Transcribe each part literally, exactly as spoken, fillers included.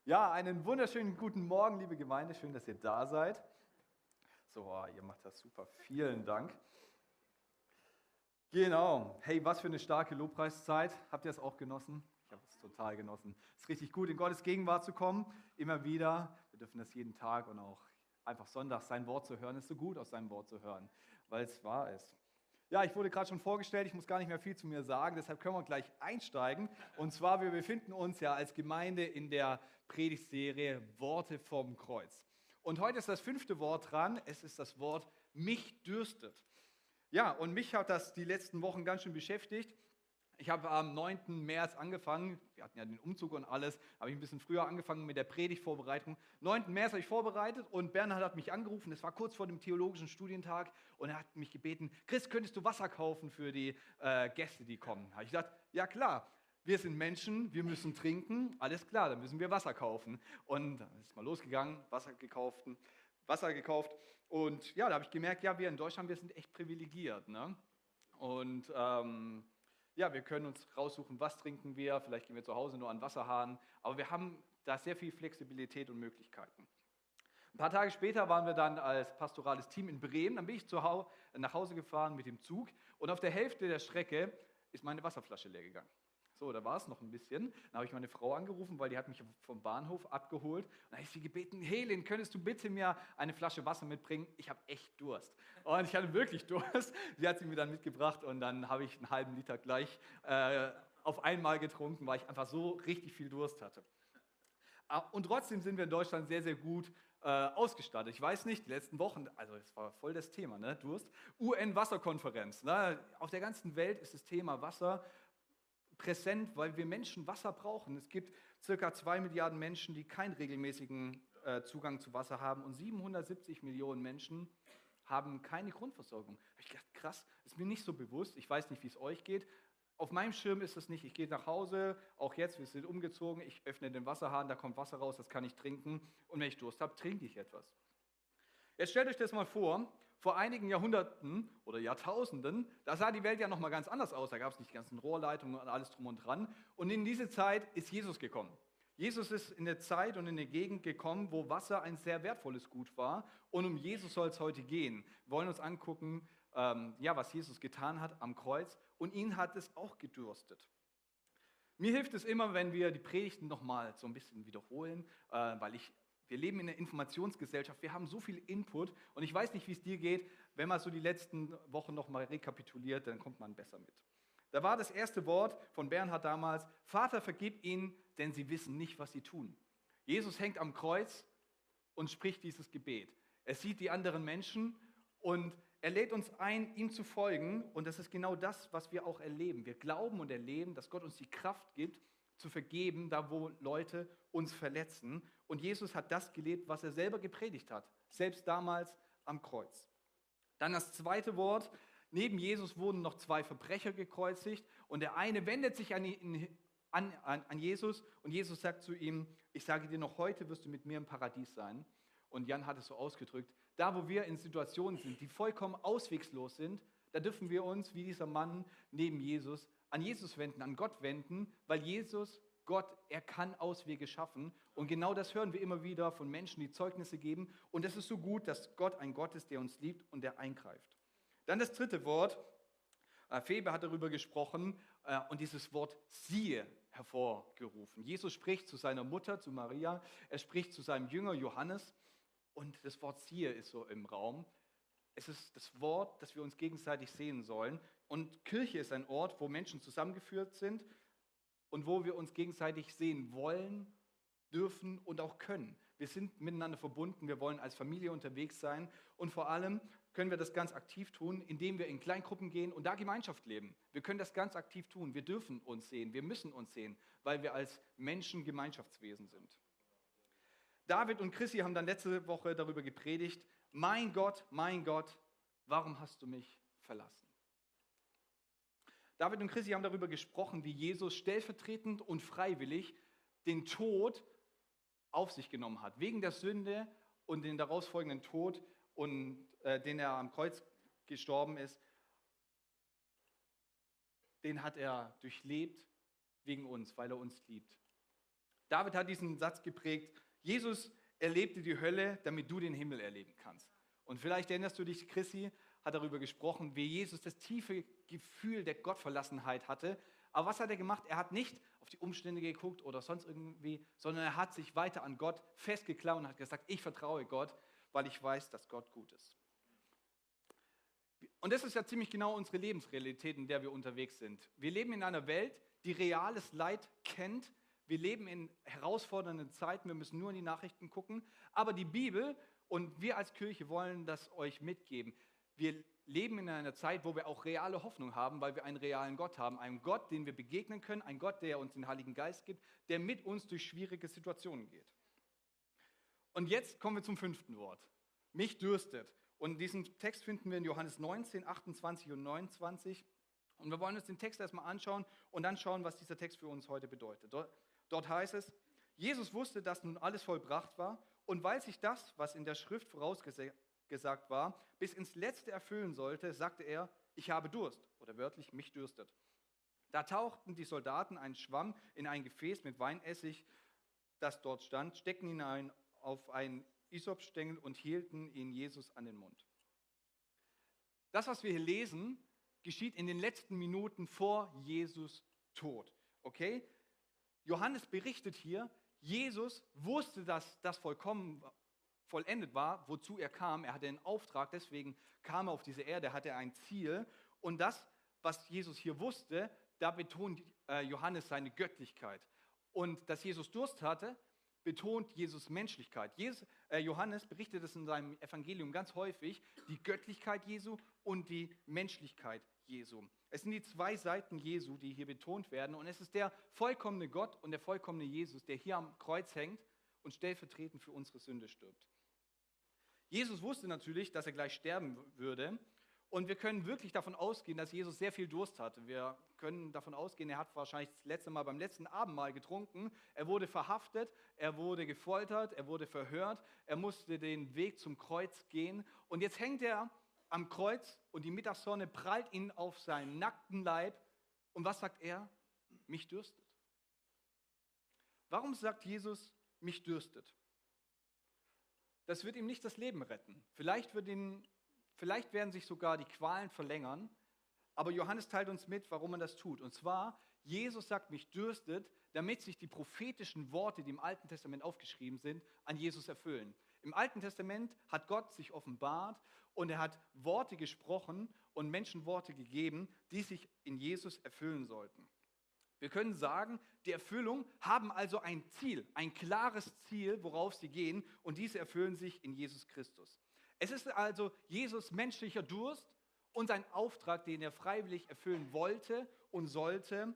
Ja, einen wunderschönen guten Morgen, liebe Gemeinde. Schön, dass ihr da seid. So, oh, ihr macht das super. Vielen Dank. Genau. Hey, was für eine starke Lobpreiszeit. Habt ihr es auch genossen? Ich habe es total genossen. Es ist richtig gut, in Gottes Gegenwart zu kommen. Immer wieder. Wir dürfen das jeden Tag und auch einfach sonntags sein Wort zu hören. Es ist so gut, aus seinem Wort zu hören, weil es wahr ist. Ja, ich wurde gerade schon vorgestellt, ich muss gar nicht mehr viel zu mir sagen, deshalb können wir gleich einsteigen. Und zwar, wir befinden uns ja als Gemeinde in der Predigtserie Worte vom Kreuz. Und heute ist das fünfte Wort dran, es ist das Wort mich dürstet. Ja, und mich hat das die letzten Wochen ganz schön beschäftigt. Ich habe am neunten März angefangen, wir hatten ja den Umzug und alles, habe ich ein bisschen früher angefangen mit der Predigtvorbereitung. neunten März habe ich vorbereitet und Bernhard hat mich angerufen, es war kurz vor dem theologischen Studientag und er hat mich gebeten, Chris, könntest du Wasser kaufen für die äh, Gäste, die kommen? Da habe ich gesagt, ja klar, wir sind Menschen, wir müssen trinken, alles klar, dann müssen wir Wasser kaufen. Und dann ist mal losgegangen, Wasser gekauft, Wasser gekauft und ja, da habe ich gemerkt, ja, wir in Deutschland, wir sind echt privilegiert, ne? Und ähm, ja, wir können uns raussuchen, was trinken wir, vielleicht gehen wir zu Hause nur an Wasserhahn, aber wir haben da sehr viel Flexibilität und Möglichkeiten. Ein paar Tage später waren wir dann als pastorales Team in Bremen, dann bin ich zu Hause, nach Hause gefahren mit dem Zug und auf der Hälfte der Strecke ist meine Wasserflasche leer gegangen. So, da war es noch ein bisschen. Dann habe ich meine Frau angerufen, weil die hat mich vom Bahnhof abgeholt. Und dann habe ich sie gebeten, Helen, könntest du bitte mir eine Flasche Wasser mitbringen? Ich habe echt Durst. Und ich hatte wirklich Durst. Sie hat sie mir dann mitgebracht und dann habe ich einen halben Liter gleich äh, auf einmal getrunken, weil ich einfach so richtig viel Durst hatte. Und trotzdem sind wir in Deutschland sehr, sehr gut äh, ausgestattet. Ich weiß nicht, die letzten Wochen, also es war voll das Thema, ne? Durst. U N-Wasserkonferenz. Ne? Auf der ganzen Welt ist das Thema Wasser präsent, weil wir Menschen Wasser brauchen. Es gibt circa zwei Milliarden Menschen, die keinen regelmäßigen äh, Zugang zu Wasser haben und siebenhundertsiebzig Millionen Menschen haben keine Grundversorgung. Da habe ich gedacht, krass, ist mir nicht so bewusst. Ich weiß nicht, wie es euch geht. Auf meinem Schirm ist es nicht. Ich gehe nach Hause, auch jetzt, wir sind umgezogen, ich öffne den Wasserhahn, da kommt Wasser raus, das kann ich trinken. Und wenn ich Durst habe, trinke ich etwas. Jetzt stellt euch das mal vor, vor einigen Jahrhunderten oder Jahrtausenden, da sah die Welt ja noch mal ganz anders aus. Da gab es nicht die ganzen Rohrleitungen und alles drum und dran. Und in diese Zeit ist Jesus gekommen. Jesus ist in eine Zeit und in eine Gegend gekommen, wo Wasser ein sehr wertvolles Gut war. Und um Jesus soll es heute gehen. Wir wollen uns angucken, ähm, ja, was Jesus getan hat am Kreuz. Und ihn hat es auch gedürstet. Mir hilft es immer, wenn wir die Predigten noch mal so ein bisschen wiederholen, äh, weil ich Wir leben in einer Informationsgesellschaft, wir haben so viel Input und ich weiß nicht, wie es dir geht, wenn man so die letzten Wochen nochmal rekapituliert, dann kommt man besser mit. Da war das erste Wort von Bernhard damals, Vater, vergib ihnen, denn sie wissen nicht, was sie tun. Jesus hängt am Kreuz und spricht dieses Gebet. Er sieht die anderen Menschen und er lädt uns ein, ihm zu folgen und das ist genau das, was wir auch erleben. Wir glauben und erleben, dass Gott uns die Kraft gibt, zu vergeben, da wo Leute uns verletzen. Und Jesus hat das gelebt, was er selber gepredigt hat, selbst damals am Kreuz. Dann das zweite Wort, neben Jesus wurden noch zwei Verbrecher gekreuzigt und der eine wendet sich an, ihn, an, an, an Jesus und Jesus sagt zu ihm, ich sage dir, noch heute wirst du mit mir im Paradies sein. Und Jan hat es so ausgedrückt, da wo wir in Situationen sind, die vollkommen auswegslos sind, da dürfen wir uns, wie dieser Mann neben Jesus, an Jesus wenden, an Gott wenden, weil Jesus, Gott, er kann Auswege schaffen. Und genau das hören wir immer wieder von Menschen, die Zeugnisse geben. Und es ist so gut, dass Gott ein Gott ist, der uns liebt und der eingreift. Dann das dritte Wort. Febe hat darüber gesprochen und dieses Wort siehe hervorgerufen. Jesus spricht zu seiner Mutter, zu Maria. Er spricht zu seinem Jünger Johannes. Und das Wort siehe ist so im Raum. Es ist das Wort, das wir uns gegenseitig sehen sollen. Und Kirche ist ein Ort, wo Menschen zusammengeführt sind und wo wir uns gegenseitig sehen wollen, dürfen und auch können. Wir sind miteinander verbunden, wir wollen als Familie unterwegs sein und vor allem können wir das ganz aktiv tun, indem wir in Kleingruppen gehen und da Gemeinschaft leben. Wir können das ganz aktiv tun, wir dürfen uns sehen, wir müssen uns sehen, weil wir als Menschen Gemeinschaftswesen sind. David und Chrissy haben dann letzte Woche darüber gepredigt, mein Gott, mein Gott, warum hast du mich verlassen? David und Chrissy haben darüber gesprochen, wie Jesus stellvertretend und freiwillig den Tod auf sich genommen hat, wegen der Sünde und den daraus folgenden Tod, und, äh, den er am Kreuz gestorben ist, den hat er durchlebt wegen uns, weil er uns liebt. David hat diesen Satz geprägt: Jesus erlebte die Hölle, damit du den Himmel erleben kannst. Und vielleicht erinnerst du dich, Chrissy hat darüber gesprochen, wie Jesus das tiefe Gefühl der Gottverlassenheit hatte. Aber was hat er gemacht? Er hat nicht auf die Umstände geguckt oder sonst irgendwie, sondern er hat sich weiter an Gott festgeklaut und hat gesagt, ich vertraue Gott, weil ich weiß, dass Gott gut ist. Und das ist ja ziemlich genau unsere Lebensrealität, in der wir unterwegs sind. Wir leben in einer Welt, die reales Leid kennt. Wir leben in herausfordernden Zeiten, wir müssen nur in die Nachrichten gucken. Aber die Bibel und wir als Kirche wollen das euch mitgeben. Wir leben in einer Zeit, wo wir auch reale Hoffnung haben, weil wir einen realen Gott haben. Einen Gott, den wir begegnen können, einen Gott, der uns den Heiligen Geist gibt, der mit uns durch schwierige Situationen geht. Und jetzt kommen wir zum fünften Wort. Mich dürstet. Und diesen Text finden wir in Johannes neunzehn, achtundzwanzig und neunundzwanzig. Und wir wollen uns den Text erstmal anschauen und dann schauen, was dieser Text für uns heute bedeutet. Dort, dort heißt es, Jesus wusste, dass nun alles vollbracht war, und weil sich das, was in der Schrift vorausgesagt war, bis ins Letzte erfüllen sollte, sagte er, ich habe Durst, oder wörtlich, mich dürstet. Da tauchten die Soldaten einen Schwamm in ein Gefäß mit Weinessig, das dort stand, steckten ihn ein, auf einen Isopstängel und hielten ihn Jesus an den Mund. Das, was wir hier lesen, geschieht in den letzten Minuten vor Jesus Tod. Okay? Johannes berichtet hier, Jesus wusste, dass das vollkommen vollendet war, wozu er kam. Er hatte einen Auftrag, deswegen kam er auf diese Erde, hatte ein Ziel. Und das, was Jesus hier wusste, da betont Johannes seine Göttlichkeit. Und dass Jesus Durst hatte, betont Jesus Menschlichkeit. Jesus, äh, Johannes berichtet es in seinem Evangelium ganz häufig, die Göttlichkeit Jesu und die Menschlichkeit Jesu. Es sind die zwei Seiten Jesu, die hier betont werden, und es ist der vollkommene Gott und der vollkommene Jesus, der hier am Kreuz hängt und stellvertretend für unsere Sünde stirbt. Jesus wusste natürlich, dass er gleich sterben würde, und wir können wirklich davon ausgehen, dass Jesus sehr viel Durst hatte. Wir können davon ausgehen, er hat wahrscheinlich das letzte Mal beim letzten Abendmahl getrunken. Er wurde verhaftet, er wurde gefoltert, er wurde verhört, er musste den Weg zum Kreuz gehen. Und jetzt hängt er am Kreuz und die Mittagssonne prallt ihn auf seinen nackten Leib. Und was sagt er? Mich dürstet. Warum sagt Jesus, mich dürstet? Das wird ihm nicht das Leben retten. Vielleicht wird ihn Vielleicht werden sich sogar die Qualen verlängern, aber Johannes teilt uns mit, warum man das tut. Und zwar, Jesus sagt, mich dürstet, damit sich die prophetischen Worte, die im Alten Testament aufgeschrieben sind, an Jesus erfüllen. Im Alten Testament hat Gott sich offenbart und er hat Worte gesprochen und Menschen Worte gegeben, die sich in Jesus erfüllen sollten. Wir können sagen, die Erfüllung haben also ein Ziel, ein klares Ziel, worauf sie gehen, und diese erfüllen sich in Jesus Christus. Es ist also Jesus menschlicher Durst und sein Auftrag, den er freiwillig erfüllen wollte und sollte,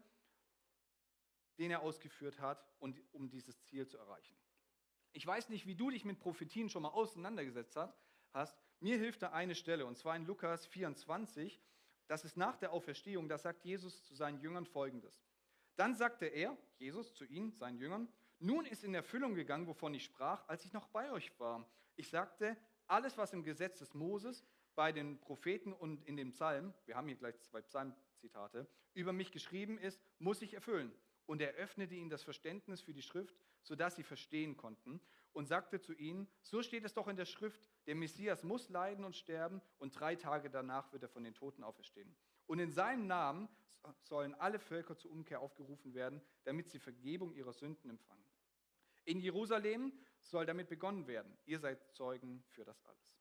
den er ausgeführt hat, und um dieses Ziel zu erreichen. Ich weiß nicht, wie du dich mit Prophetien schon mal auseinandergesetzt hast. Mir hilft da eine Stelle, und zwar in Lukas vierundzwanzig. Das ist nach der Auferstehung, da sagt Jesus zu seinen Jüngern Folgendes. Dann sagte er, Jesus zu ihnen, seinen Jüngern, nun ist in Erfüllung gegangen, wovon ich sprach, als ich noch bei euch war. Ich sagte, alles, was im Gesetz des Moses, bei den Propheten und in dem Psalm, wir haben hier gleich zwei Psalmzitate, über mich geschrieben ist, muss ich erfüllen. Und er öffnete ihnen das Verständnis für die Schrift, sodass sie verstehen konnten, und sagte zu ihnen, so steht es doch in der Schrift, der Messias muss leiden und sterben, und drei Tage danach wird er von den Toten auferstehen. Und in seinem Namen sollen alle Völker zur Umkehr aufgerufen werden, damit sie Vergebung ihrer Sünden empfangen. In Jerusalem soll damit begonnen werden. Ihr seid Zeugen für das alles.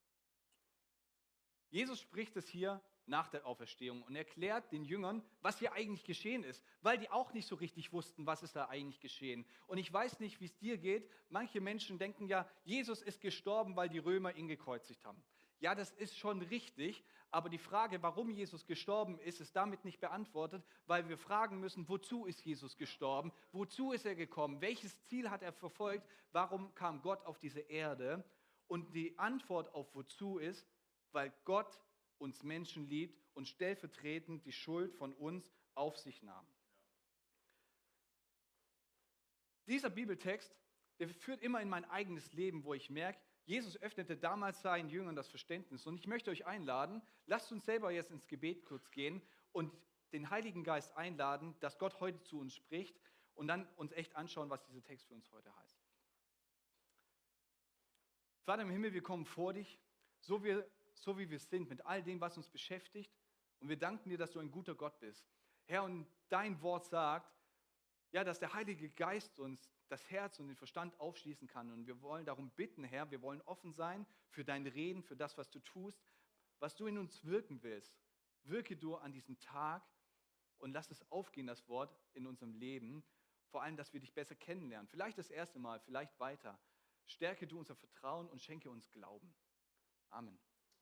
Jesus spricht es hier nach der Auferstehung und erklärt den Jüngern, was hier eigentlich geschehen ist, weil die auch nicht so richtig wussten, was ist da eigentlich geschehen. Und ich weiß nicht, wie es dir geht. Manche Menschen denken ja, Jesus ist gestorben, weil die Römer ihn gekreuzigt haben. Ja, das ist schon richtig, aber die Frage, warum Jesus gestorben ist, ist damit nicht beantwortet, weil wir fragen müssen, wozu ist Jesus gestorben? Wozu ist er gekommen? Welches Ziel hat er verfolgt? Warum kam Gott auf diese Erde? Und die Antwort auf wozu ist, weil Gott uns Menschen liebt und stellvertretend die Schuld von uns auf sich nahm. Dieser Bibeltext, der führt immer in mein eigenes Leben, wo ich merke, Jesus öffnete damals seinen Jüngern das Verständnis. Und ich möchte euch einladen, lasst uns selber jetzt ins Gebet kurz gehen und den Heiligen Geist einladen, dass Gott heute zu uns spricht und dann uns echt anschauen, was dieser Text für uns heute heißt. Vater im Himmel, wir kommen vor dich, so wie, so wie wir sind, mit all dem, was uns beschäftigt. Und wir danken dir, dass du ein guter Gott bist. Herr, und dein Wort sagt, ja, dass der Heilige Geist uns das Herz und den Verstand aufschließen kann. Und wir wollen darum bitten, Herr, wir wollen offen sein für dein Reden, für das, was du tust, was du in uns wirken willst. Wirke du an diesem Tag und lass es aufgehen, das Wort in unserem Leben. Vor allem, dass wir dich besser kennenlernen. Vielleicht das erste Mal, vielleicht weiter. Stärke du unser Vertrauen und schenke uns Glauben. Amen.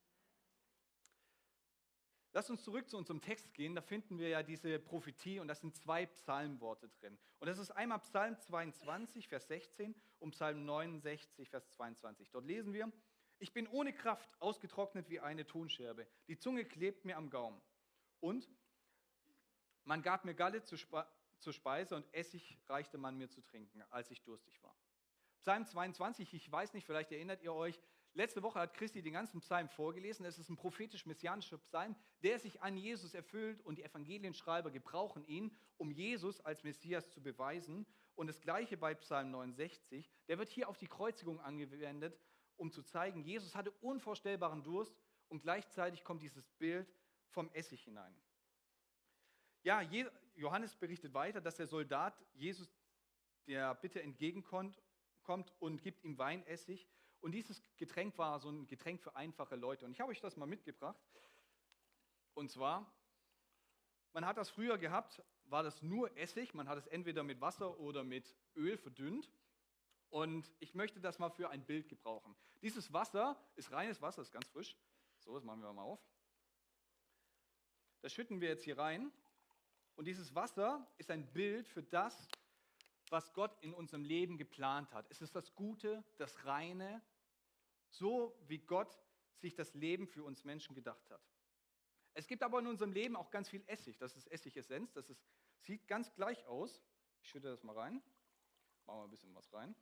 Lass uns zurück zu unserem Text gehen. Da finden wir ja diese Prophetie und das sind zwei Psalmworte drin. Und das ist einmal Psalm zweiundzwanzig, Vers sechzehn und Psalm neunundsechzig, Vers zweiundzwanzig. Dort lesen wir: Ich bin ohne Kraft ausgetrocknet wie eine Tonscherbe. Die Zunge klebt mir am Gaumen. Und man gab mir Galle zur Speise und Essig reichte man mir zu trinken, als ich durstig war. Psalm zweiundzwanzig, ich weiß nicht, vielleicht erinnert ihr euch, letzte Woche hat Christi den ganzen Psalm vorgelesen. Es ist ein prophetisch-messianischer Psalm, der sich an Jesus erfüllt und die Evangelienschreiber gebrauchen ihn, um Jesus als Messias zu beweisen. Und das Gleiche bei Psalm neunundsechzig, der wird hier auf die Kreuzigung angewendet, um zu zeigen, Jesus hatte unvorstellbaren Durst und gleichzeitig kommt dieses Bild vom Essig hinein. Ja, Johannes berichtet weiter, dass der Soldat Jesus der Bitte entgegenkommt kommt und gibt ihm Weinessig. Und dieses Getränk war so ein Getränk für einfache Leute. Und ich habe euch das mal mitgebracht. Und zwar, man hat das früher gehabt, war das nur Essig. Man hat es entweder mit Wasser oder mit Öl verdünnt. Und ich möchte das mal für ein Bild gebrauchen. Dieses Wasser ist reines Wasser, ist ganz frisch. So, das machen wir mal auf. Das schütten wir jetzt hier rein. Und dieses Wasser ist ein Bild für das, was Gott in unserem Leben geplant hat. Es ist das Gute, das Reine, so wie Gott sich das Leben für uns Menschen gedacht hat. Es gibt aber in unserem Leben auch ganz viel Essig. Das ist Essigessenz. Das ist, sieht ganz gleich aus. Ich schütte das mal rein. Machen wir ein bisschen was rein.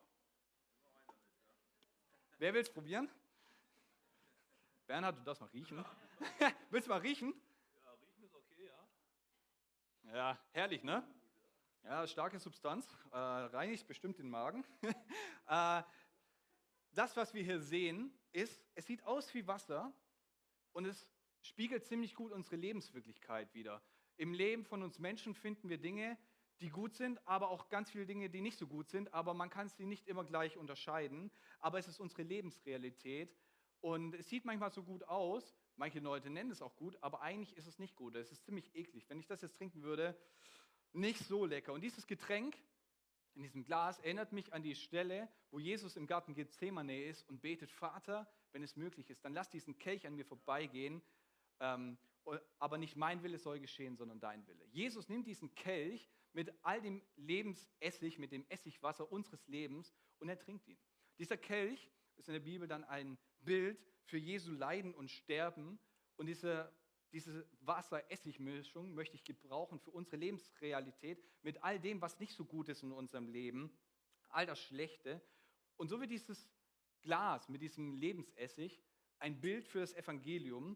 Wer will es probieren? Bernhard, du darfst mal riechen. Willst du mal riechen? Ja, riechen ist okay, ja. Ja, herrlich, ne? Ja, starke Substanz, äh, reinigt bestimmt den Magen. äh, das, was wir hier sehen, ist, es sieht aus wie Wasser und es spiegelt ziemlich gut unsere Lebenswirklichkeit wider. Im Leben von uns Menschen finden wir Dinge, die gut sind, aber auch ganz viele Dinge, die nicht so gut sind, aber man kann sie nicht immer gleich unterscheiden. Aber es ist unsere Lebensrealität und es sieht manchmal so gut aus, manche Leute nennen es auch gut, aber eigentlich ist es nicht gut. Es ist ziemlich eklig. Wenn ich das jetzt trinken würde, nicht so lecker. Und dieses Getränk in diesem Glas erinnert mich an die Stelle, wo Jesus im Garten Gethsemane ist und betet: Vater, wenn es möglich ist, dann lass diesen Kelch an mir vorbeigehen, ähm, aber nicht mein Wille soll geschehen, sondern dein Wille. Jesus nimmt diesen Kelch mit all dem Lebensessig, mit dem Essigwasser unseres Lebens und er trinkt ihn. Dieser Kelch ist in der Bibel dann ein Bild für Jesu Leiden und Sterben und diese Diese Wasser-Essig-Mischung möchte ich gebrauchen für unsere Lebensrealität mit all dem, was nicht so gut ist in unserem Leben, all das Schlechte. Und so wird dieses Glas mit diesem Lebensessig ein Bild für das Evangelium,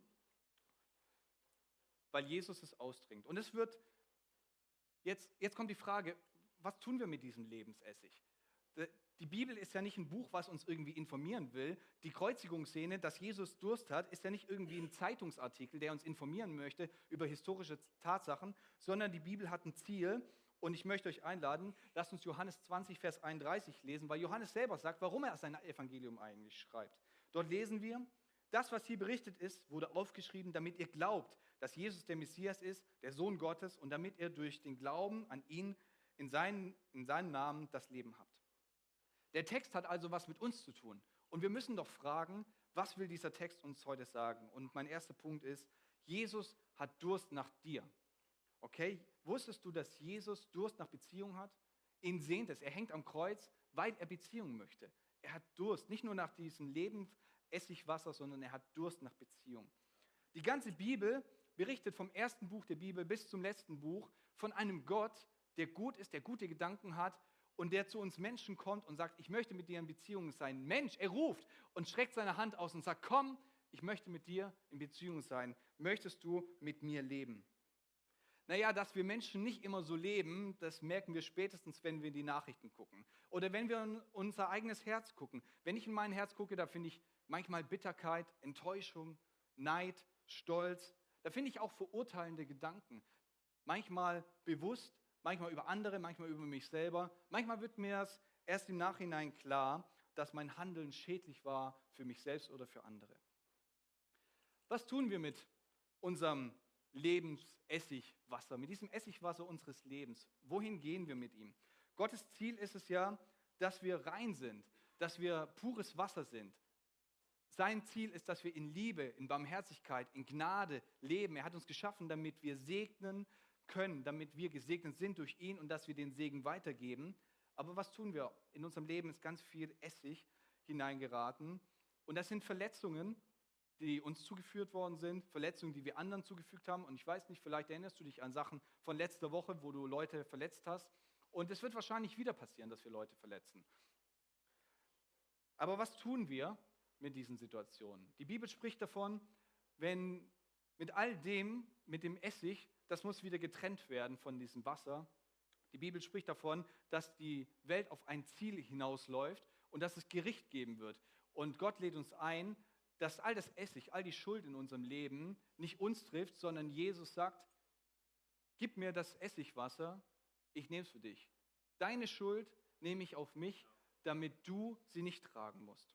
weil Jesus es austrinkt. Und es wird, jetzt, jetzt kommt die Frage, was tun wir mit diesem Lebensessig? Die Bibel ist ja nicht ein Buch, was uns irgendwie informieren will. Die Kreuzigungsszene, dass Jesus Durst hat, ist ja nicht irgendwie ein Zeitungsartikel, der uns informieren möchte über historische Tatsachen, sondern die Bibel hat ein Ziel. Und ich möchte euch einladen, lasst uns Johannes zwanzig, Vers einunddreißig lesen, weil Johannes selber sagt, warum er sein Evangelium eigentlich schreibt. Dort lesen wir: Das, was hier berichtet ist, wurde aufgeschrieben, damit ihr glaubt, dass Jesus der Messias ist, der Sohn Gottes, und damit ihr durch den Glauben an ihn in seinen, in seinem Namen das Leben habt. Der Text hat also was mit uns zu tun. Und wir müssen doch fragen, was will dieser Text uns heute sagen? Und mein erster Punkt ist, Jesus hat Durst nach dir. Okay? Wusstest du, dass Jesus Durst nach Beziehung hat? Ihn sehnt es. Er hängt am Kreuz, weil er Beziehung möchte. Er hat Durst, nicht nur nach diesem Lebensessigwasser, sondern er hat Durst nach Beziehung. Die ganze Bibel berichtet vom ersten Buch der Bibel bis zum letzten Buch von einem Gott, der gut ist, der gute Gedanken hat und der zu uns Menschen kommt und sagt: Ich möchte mit dir in Beziehung sein. Mensch, er ruft und streckt seine Hand aus und sagt: Komm, ich möchte mit dir in Beziehung sein. Möchtest du mit mir leben? Naja, dass wir Menschen nicht immer so leben, das merken wir spätestens, wenn wir in die Nachrichten gucken. Oder wenn wir in unser eigenes Herz gucken. Wenn ich in mein Herz gucke, da finde ich manchmal Bitterkeit, Enttäuschung, Neid, Stolz. Da finde ich auch verurteilende Gedanken. Manchmal bewusst, manchmal über andere, manchmal über mich selber. Manchmal wird mir das erst im Nachhinein klar, dass mein Handeln schädlich war für mich selbst oder für andere. Was tun wir mit unserem Lebensessigwasser, mit diesem Essigwasser unseres Lebens? Wohin gehen wir mit ihm? Gottes Ziel ist es ja, dass wir rein sind, dass wir pures Wasser sind. Sein Ziel ist, dass wir in Liebe, in Barmherzigkeit, in Gnade leben. Er hat uns geschaffen, damit wir segnen können, damit wir gesegnet sind durch ihn und dass wir den Segen weitergeben. Aber was tun wir? In unserem Leben ist ganz viel Essig hineingeraten. Und das sind Verletzungen, die uns zugeführt worden sind, Verletzungen, die wir anderen zugefügt haben. Und ich weiß nicht, vielleicht erinnerst du dich an Sachen von letzter Woche, wo du Leute verletzt hast. Und es wird wahrscheinlich wieder passieren, dass wir Leute verletzen. Aber was tun wir mit diesen Situationen? Die Bibel spricht davon, wenn mit all dem, mit dem Essig, das muss wieder getrennt werden von diesem Wasser. Die Bibel spricht davon, dass die Welt auf ein Ziel hinausläuft und dass es Gericht geben wird. Und Gott lädt uns ein, dass all das Essig, all die Schuld in unserem Leben nicht uns trifft, sondern Jesus sagt, gib mir das Essigwasser, ich nehme es für dich. Deine Schuld nehme ich auf mich, damit du sie nicht tragen musst.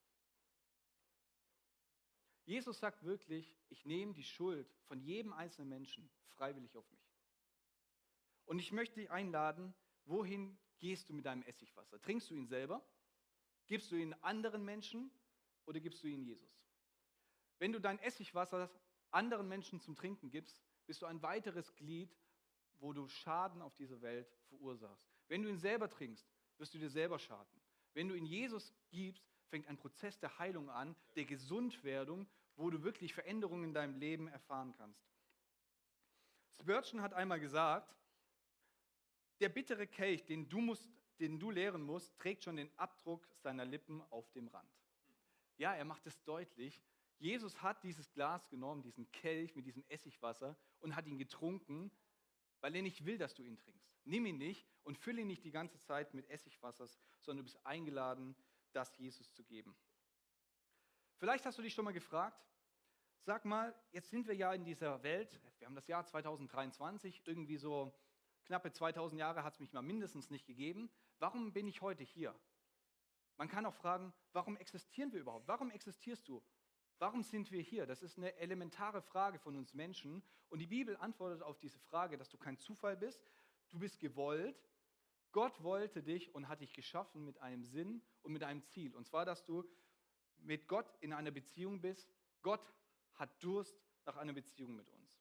Jesus sagt wirklich, ich nehme die Schuld von jedem einzelnen Menschen freiwillig auf mich. Und ich möchte dich einladen, wohin gehst du mit deinem Essigwasser? Trinkst du ihn selber? Gibst du ihn anderen Menschen oder gibst du ihn Jesus? Wenn du dein Essigwasser anderen Menschen zum Trinken gibst, bist du ein weiteres Glied, wo du Schaden auf dieser Welt verursachst. Wenn du ihn selber trinkst, wirst du dir selber schaden. Wenn du ihn Jesus gibst, fängt ein Prozess der Heilung an, der Gesundwerdung, wo du wirklich Veränderungen in deinem Leben erfahren kannst. Spurgeon hat einmal gesagt, der bittere Kelch, den du, musst, den du leeren musst, trägt schon den Abdruck seiner Lippen auf dem Rand. Ja, er macht es deutlich. Jesus hat dieses Glas genommen, diesen Kelch mit diesem Essigwasser und hat ihn getrunken, weil er nicht will, dass du ihn trinkst. Nimm ihn nicht und fülle ihn nicht die ganze Zeit mit Essigwassers, sondern du bist eingeladen, das Jesus zu geben. Vielleicht hast du dich schon mal gefragt, sag mal, jetzt sind wir ja in dieser Welt, wir haben das Jahr zweitausenddreiundzwanzig, irgendwie so knappe zweitausend Jahre hat es mich mal mindestens nicht gegeben. Warum bin ich heute hier? Man kann auch fragen, warum existieren wir überhaupt? Warum existierst du? Warum sind wir hier? Das ist eine elementare Frage von uns Menschen. Und die Bibel antwortet auf diese Frage, dass du kein Zufall bist. Du bist gewollt. Gott wollte dich und hat dich geschaffen mit einem Sinn und mit einem Ziel. Und zwar, dass du mit Gott in einer Beziehung bist. Gott hat Durst nach einer Beziehung mit uns.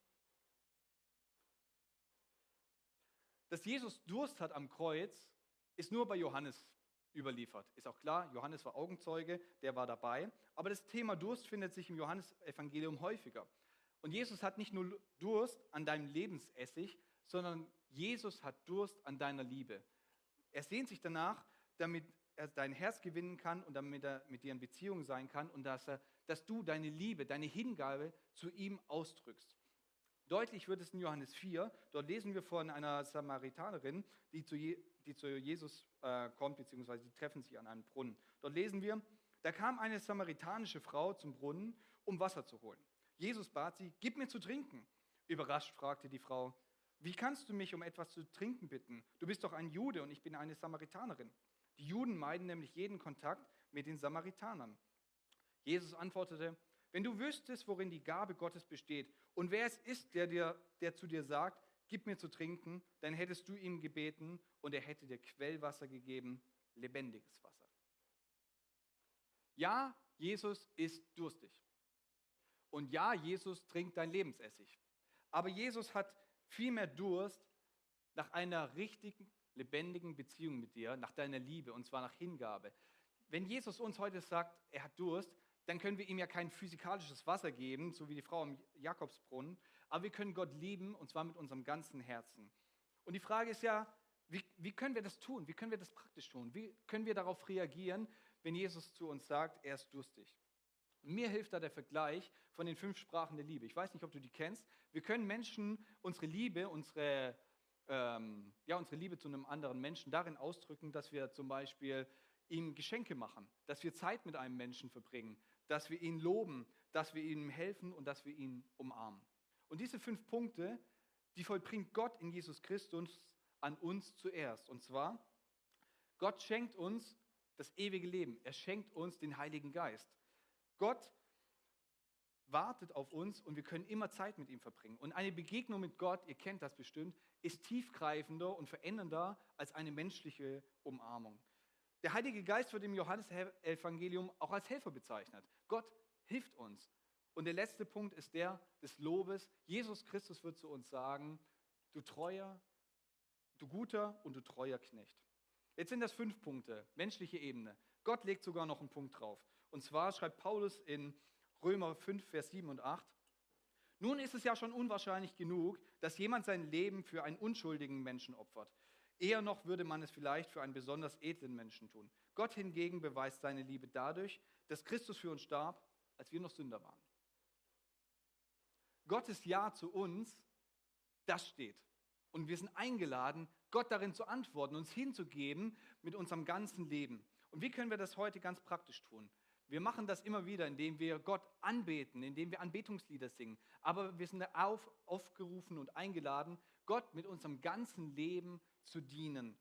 Dass Jesus Durst hat am Kreuz, ist nur bei Johannes überliefert. Ist auch klar, Johannes war Augenzeuge, der war dabei. Aber das Thema Durst findet sich im Johannesevangelium häufiger. Und Jesus hat nicht nur Durst an deinem Lebensessig, sondern Jesus hat Durst an deiner Liebe. Er sehnt sich danach, damit er dein Herz gewinnen kann und damit er mit dir in Beziehung sein kann und dass, er, dass du deine Liebe, deine Hingabe zu ihm ausdrückst. Deutlich wird es in Johannes vier, dort lesen wir von einer Samaritanerin, die zu, Je, die zu Jesus äh, kommt, beziehungsweise die treffen sich an einem Brunnen. Dort lesen wir, da kam eine samaritanische Frau zum Brunnen, um Wasser zu holen. Jesus bat sie, gib mir zu trinken. Überrascht fragte die Frau, wie kannst du mich um etwas zu trinken bitten? Du bist doch ein Jude und ich bin eine Samaritanerin. Die Juden meiden nämlich jeden Kontakt mit den Samaritanern. Jesus antwortete, wenn du wüsstest, worin die Gabe Gottes besteht und wer es ist, der, dir, der zu dir sagt, gib mir zu trinken, dann hättest du ihm gebeten und er hätte dir Quellwasser gegeben, lebendiges Wasser. Ja, Jesus ist durstig. Und ja, Jesus trinkt dein Lebensessig. Aber Jesus hat viel mehr Durst nach einer richtigen, lebendigen Beziehung mit dir, nach deiner Liebe, und zwar nach Hingabe. Wenn Jesus uns heute sagt, er hat Durst, dann können wir ihm ja kein physikalisches Wasser geben, so wie die Frau am Jakobsbrunnen, aber wir können Gott lieben, und zwar mit unserem ganzen Herzen. Und die Frage ist ja, wie, wie können wir das tun? Wie können wir das praktisch tun? Wie können wir darauf reagieren, wenn Jesus zu uns sagt, er ist durstig? Und mir hilft da der Vergleich von den fünf Sprachen der Liebe. Ich weiß nicht, ob du die kennst. Wir können Menschen unsere Liebe, unsere, ähm, ja, unsere Liebe zu einem anderen Menschen darin ausdrücken, dass wir zum Beispiel ihm Geschenke machen, dass wir Zeit mit einem Menschen verbringen, dass wir ihn loben, dass wir ihm helfen und dass wir ihn umarmen. Und diese fünf Punkte, die vollbringt Gott in Jesus Christus an uns zuerst. Und zwar, Gott schenkt uns das ewige Leben. Er schenkt uns den Heiligen Geist. Gott wartet auf uns und wir können immer Zeit mit ihm verbringen. Und eine Begegnung mit Gott, ihr kennt das bestimmt, ist tiefgreifender und verändernder als eine menschliche Umarmung. Der Heilige Geist wird im Johannesevangelium auch als Helfer bezeichnet. Gott hilft uns. Und der letzte Punkt ist der des Lobes. Jesus Christus wird zu uns sagen, du treuer, du guter und du treuer Knecht. Jetzt sind das fünf Punkte, menschliche Ebene. Gott legt sogar noch einen Punkt drauf. Und zwar schreibt Paulus in Römer fünf, Vers sieben und acht, nun ist es ja schon unwahrscheinlich genug, dass jemand sein Leben für einen unschuldigen Menschen opfert. Eher noch würde man es vielleicht für einen besonders edlen Menschen tun. Gott hingegen beweist seine Liebe dadurch, dass Christus für uns starb, als wir noch Sünder waren. Gottes Ja zu uns, das steht. Und wir sind eingeladen, Gott darin zu antworten, uns hinzugeben mit unserem ganzen Leben. Und wie können wir das heute ganz praktisch tun? Wir machen das immer wieder, indem wir Gott anbeten, indem wir Anbetungslieder singen. Aber wir sind auf, aufgerufen und eingeladen, Gott mit unserem ganzen Leben zu dienen.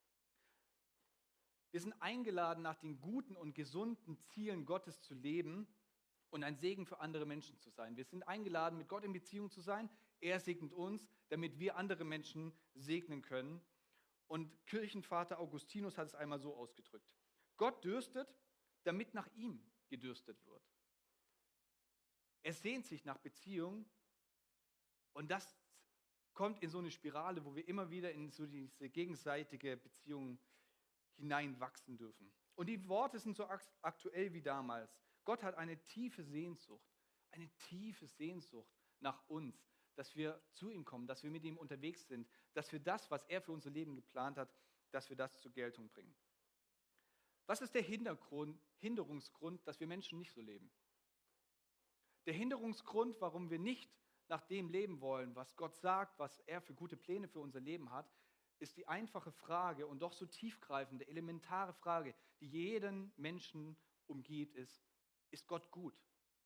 Wir sind eingeladen, nach den guten und gesunden Zielen Gottes zu leben und ein Segen für andere Menschen zu sein. Wir sind eingeladen, mit Gott in Beziehung zu sein. Er segnet uns, damit wir andere Menschen segnen können. Und Kirchenvater Augustinus hat es einmal so ausgedrückt. Gott dürstet, damit nach ihm gedürstet wird. Er sehnt sich nach Beziehung und das kommt in so eine Spirale, wo wir immer wieder in so diese gegenseitige Beziehung hineinwachsen dürfen. Und die Worte sind so aktuell wie damals. Gott hat eine tiefe Sehnsucht, eine tiefe Sehnsucht nach uns, dass wir zu ihm kommen, dass wir mit ihm unterwegs sind, dass wir das, was er für unser Leben geplant hat, dass wir das zur Geltung bringen. Was ist der Hintergrund, Hinderungsgrund, dass wir Menschen nicht so leben? Der Hinderungsgrund, warum wir nicht nach dem leben wollen, was Gott sagt, was er für gute Pläne für unser Leben hat, ist die einfache Frage und doch so tiefgreifende, elementare Frage, die jeden Menschen umgibt, ist, ist Gott gut?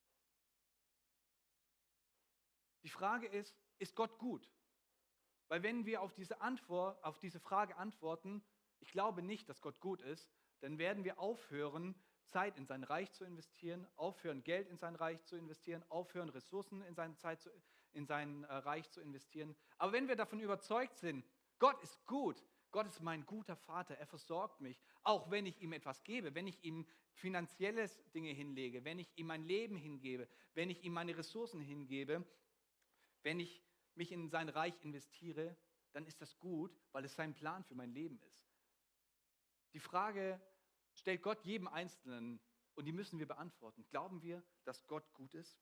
Die Frage ist, ist Gott gut? Weil wenn wir auf diese Antwort, auf diese Frage antworten, ich glaube nicht, dass Gott gut ist, dann werden wir aufhören, Zeit in sein Reich zu investieren, aufhören, Geld in sein Reich zu investieren, aufhören, Ressourcen in, seine Zeit zu, in sein äh, Reich zu investieren. Aber wenn wir davon überzeugt sind, Gott ist gut, Gott ist mein guter Vater, er versorgt mich, auch wenn ich ihm etwas gebe, wenn ich ihm finanzielle Dinge hinlege, wenn ich ihm mein Leben hingebe, wenn ich ihm meine Ressourcen hingebe, wenn ich mich in sein Reich investiere, dann ist das gut, weil es sein Plan für mein Leben ist. Die Frage stellt Gott jedem Einzelnen und die müssen wir beantworten. Glauben wir, dass Gott gut ist?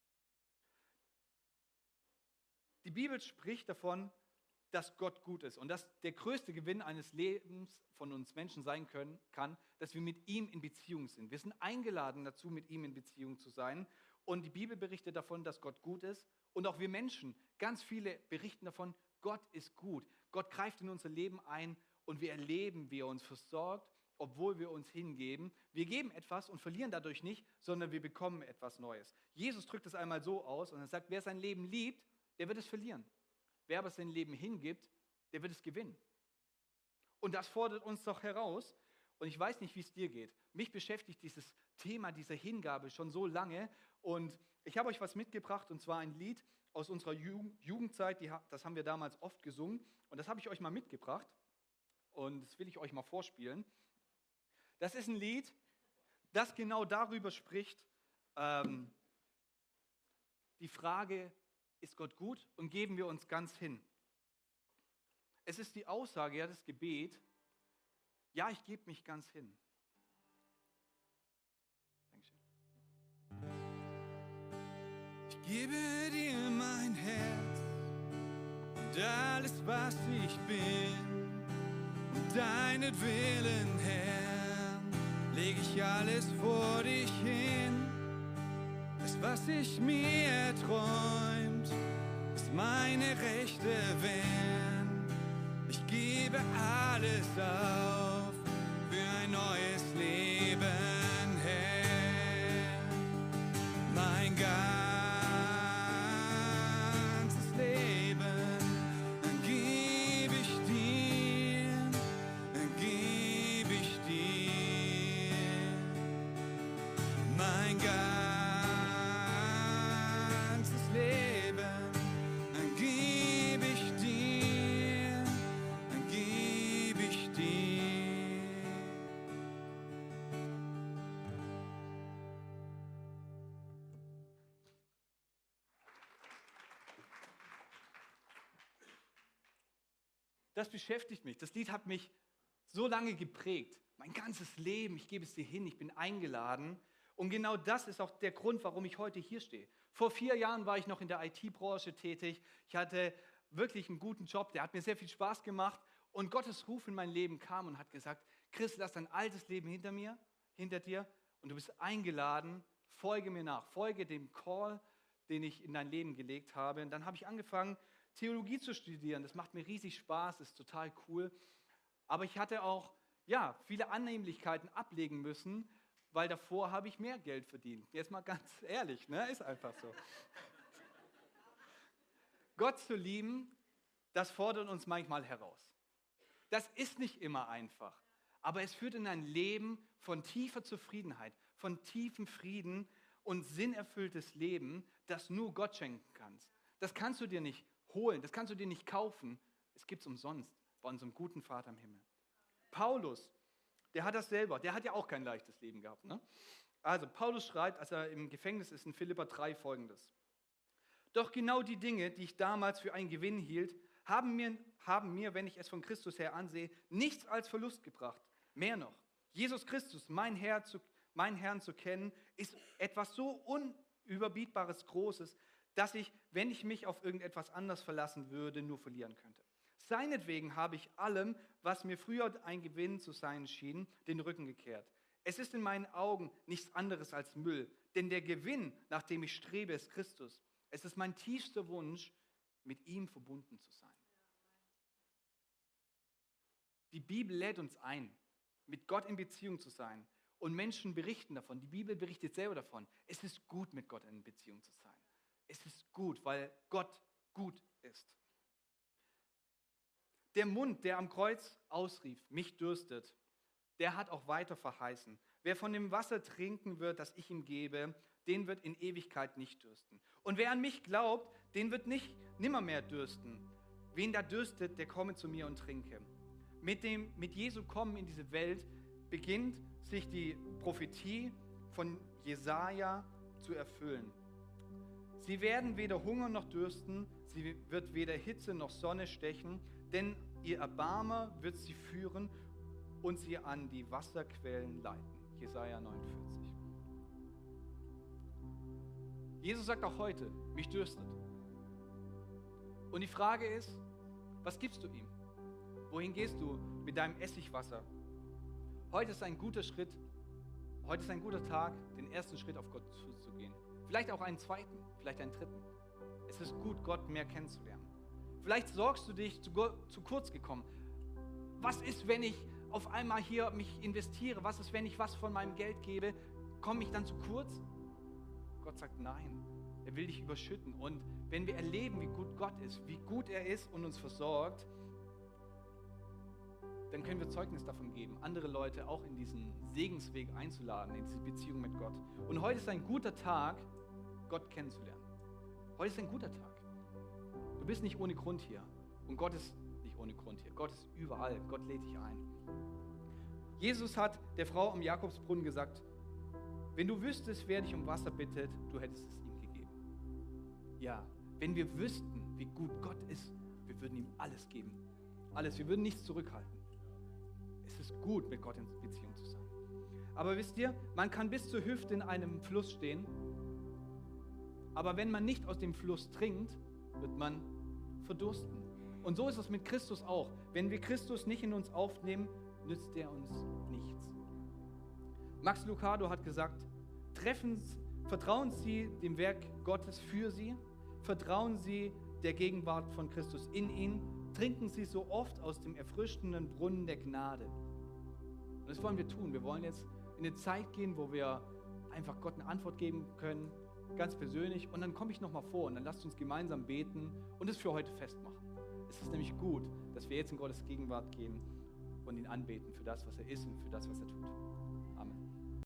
Die Bibel spricht davon, dass Gott gut ist und dass der größte Gewinn eines Lebens von uns Menschen sein können, kann, dass wir mit ihm in Beziehung sind. Wir sind eingeladen dazu, mit ihm in Beziehung zu sein. Und die Bibel berichtet davon, dass Gott gut ist. Und auch wir Menschen, ganz viele berichten davon, Gott ist gut. Gott greift in unser Leben ein und wir erleben, wie er uns versorgt, obwohl wir uns hingeben. Wir geben etwas und verlieren dadurch nicht, sondern wir bekommen etwas Neues. Jesus drückt es einmal so aus und er sagt, wer sein Leben liebt, der wird es verlieren. Wer aber sein Leben hingibt, der wird es gewinnen. Und das fordert uns doch heraus. Und ich weiß nicht, wie es dir geht. Mich beschäftigt dieses Thema dieser Hingabe schon so lange. Und ich habe euch was mitgebracht, und zwar ein Lied aus unserer Jugendzeit. Das haben wir damals oft gesungen. Und das habe ich euch mal mitgebracht. Und das will ich euch mal vorspielen. Das ist ein Lied, das genau darüber spricht, ähm, die Frage, ist Gott gut und geben wir uns ganz hin? Es ist die Aussage, ja, das Gebet, ja, ich gebe mich ganz hin. Dankeschön. Ich gebe dir mein Herz und alles, was ich bin. Und deinetwillen, Herr, leg ich alles vor dich hin. was ich mir erträumt, ist meine Rechte wären. Ich gebe alles auf für ein neues Leben, Herr. Mein ganzes Leben gebe ich dir, gebe ich dir. Mein ganzes Leben gebe ich dir, gebe ich dir. Das beschäftigt mich. Das Lied hat mich so lange geprägt. Mein ganzes Leben, ich gebe es dir hin, ich bin eingeladen. Und genau das ist auch der Grund, warum ich heute hier stehe. Vor vier Jahren war ich noch in der I T-Branche tätig. Ich hatte wirklich einen guten Job, der hat mir sehr viel Spaß gemacht. Und Gottes Ruf in mein Leben kam und hat gesagt, Chris, lass dein altes Leben hinter mir, hinter dir und du bist eingeladen, folge mir nach, folge dem Call, den ich in dein Leben gelegt habe. Und dann habe ich angefangen, Theologie zu studieren. Das macht mir riesig Spaß, ist total cool. Aber ich hatte auch ja, viele Annehmlichkeiten ablegen müssen, weil davor habe ich mehr Geld verdient. Jetzt mal ganz ehrlich, ne? Ist einfach so. Gott zu lieben, das fordert uns manchmal heraus. Das ist nicht immer einfach, aber es führt in ein Leben von tiefer Zufriedenheit, von tiefem Frieden und sinnerfülltes Leben, das nur Gott schenken kannst. Das kannst du dir nicht holen, das kannst du dir nicht kaufen. Es gibt es umsonst bei unserem guten Vater im Himmel. Paulus, der hat das selber, der hat ja auch kein leichtes Leben gehabt. Ne? Also Paulus schreibt, als er im Gefängnis ist, in Philipper drei folgendes. Doch genau die Dinge, die ich damals für einen Gewinn hielt, haben mir, haben mir, wenn ich es von Christus her ansehe, nichts als Verlust gebracht. Mehr noch, Jesus Christus, mein Herr, zu, mein Herrn zu kennen, ist etwas so Unüberbietbares, Großes, dass ich, wenn ich mich auf irgendetwas anderes verlassen würde, nur verlieren könnte. Seinetwegen habe ich allem, was mir früher ein Gewinn zu sein schien, den Rücken gekehrt. Es ist in meinen Augen nichts anderes als Müll, denn der Gewinn, nach dem ich strebe, ist Christus. Es ist mein tiefster Wunsch, mit ihm verbunden zu sein. Die Bibel lädt uns ein, mit Gott in Beziehung zu sein. Und Menschen berichten davon, die Bibel berichtet selber davon. Es ist gut, mit Gott in Beziehung zu sein. Es ist gut, weil Gott gut ist. Der Mund, der am Kreuz ausrief, mich dürstet, der hat auch weiter verheißen. Wer von dem Wasser trinken wird, das ich ihm gebe, den wird in Ewigkeit nicht dürsten. Und wer an mich glaubt, den wird nicht nimmermehr dürsten. Wen da dürstet, der komme zu mir und trinke. Mit dem, mit Jesu Kommen in diese Welt beginnt sich die Prophetie von Jesaja zu erfüllen. Sie werden weder hungern noch dürsten, sie wird weder Hitze noch Sonne stechen, denn ihr Erbarmer wird sie führen und sie an die Wasserquellen leiten. Jesaja neunundvierzig. Jesus sagt auch heute, mich dürstet. Und die Frage ist, was gibst du ihm? Wohin gehst du mit deinem Essigwasser? Heute ist ein guter Schritt, heute ist ein guter Tag, den ersten Schritt auf Gott zuzugehen. Vielleicht auch einen zweiten, vielleicht einen dritten. Es ist gut, Gott mehr kennenzulernen. Vielleicht sorgst du dich zu, zu kurz gekommen. Was ist, wenn ich auf einmal hier mich investiere? Was ist, wenn ich was von meinem Geld gebe? Komme ich dann zu kurz? Gott sagt nein. Er will dich überschütten. Und wenn wir erleben, wie gut Gott ist, wie gut er ist und uns versorgt, dann können wir Zeugnis davon geben, andere Leute auch in diesen Segensweg einzuladen, in diese Beziehung mit Gott. Und heute ist ein guter Tag, Gott kennenzulernen. Heute ist ein guter Tag. Du bist nicht ohne Grund hier. Und Gott ist nicht ohne Grund hier. Gott ist überall. Gott lädt dich ein. Jesus hat der Frau am Jakobsbrunnen gesagt, wenn du wüsstest, wer dich um Wasser bittet, du hättest es ihm gegeben. Ja, wenn wir wüssten, wie gut Gott ist, wir würden ihm alles geben. Alles. Wir würden nichts zurückhalten. Es ist gut, mit Gott in Beziehung zu sein. Aber wisst ihr, man kann bis zur Hüfte in einem Fluss stehen, aber wenn man nicht aus dem Fluss trinkt, wird man verdursten. Und so ist es mit Christus auch. Wenn wir Christus nicht in uns aufnehmen, nützt er uns nichts. Max Lucado hat gesagt, Treffen, Vertrauen Sie dem Werk Gottes für Sie. Vertrauen Sie der Gegenwart von Christus in Ihnen. Trinken Sie so oft aus dem erfrischenden Brunnen der Gnade. Und das wollen wir tun. Wir wollen jetzt in eine Zeit gehen, wo wir einfach Gott eine Antwort geben können, ganz persönlich. Und dann komme ich nochmal vor und dann lasst uns gemeinsam beten und es für heute festmachen. Es ist nämlich gut, dass wir jetzt in Gottes Gegenwart gehen und ihn anbeten für das, was er ist und für das, was er tut. Amen.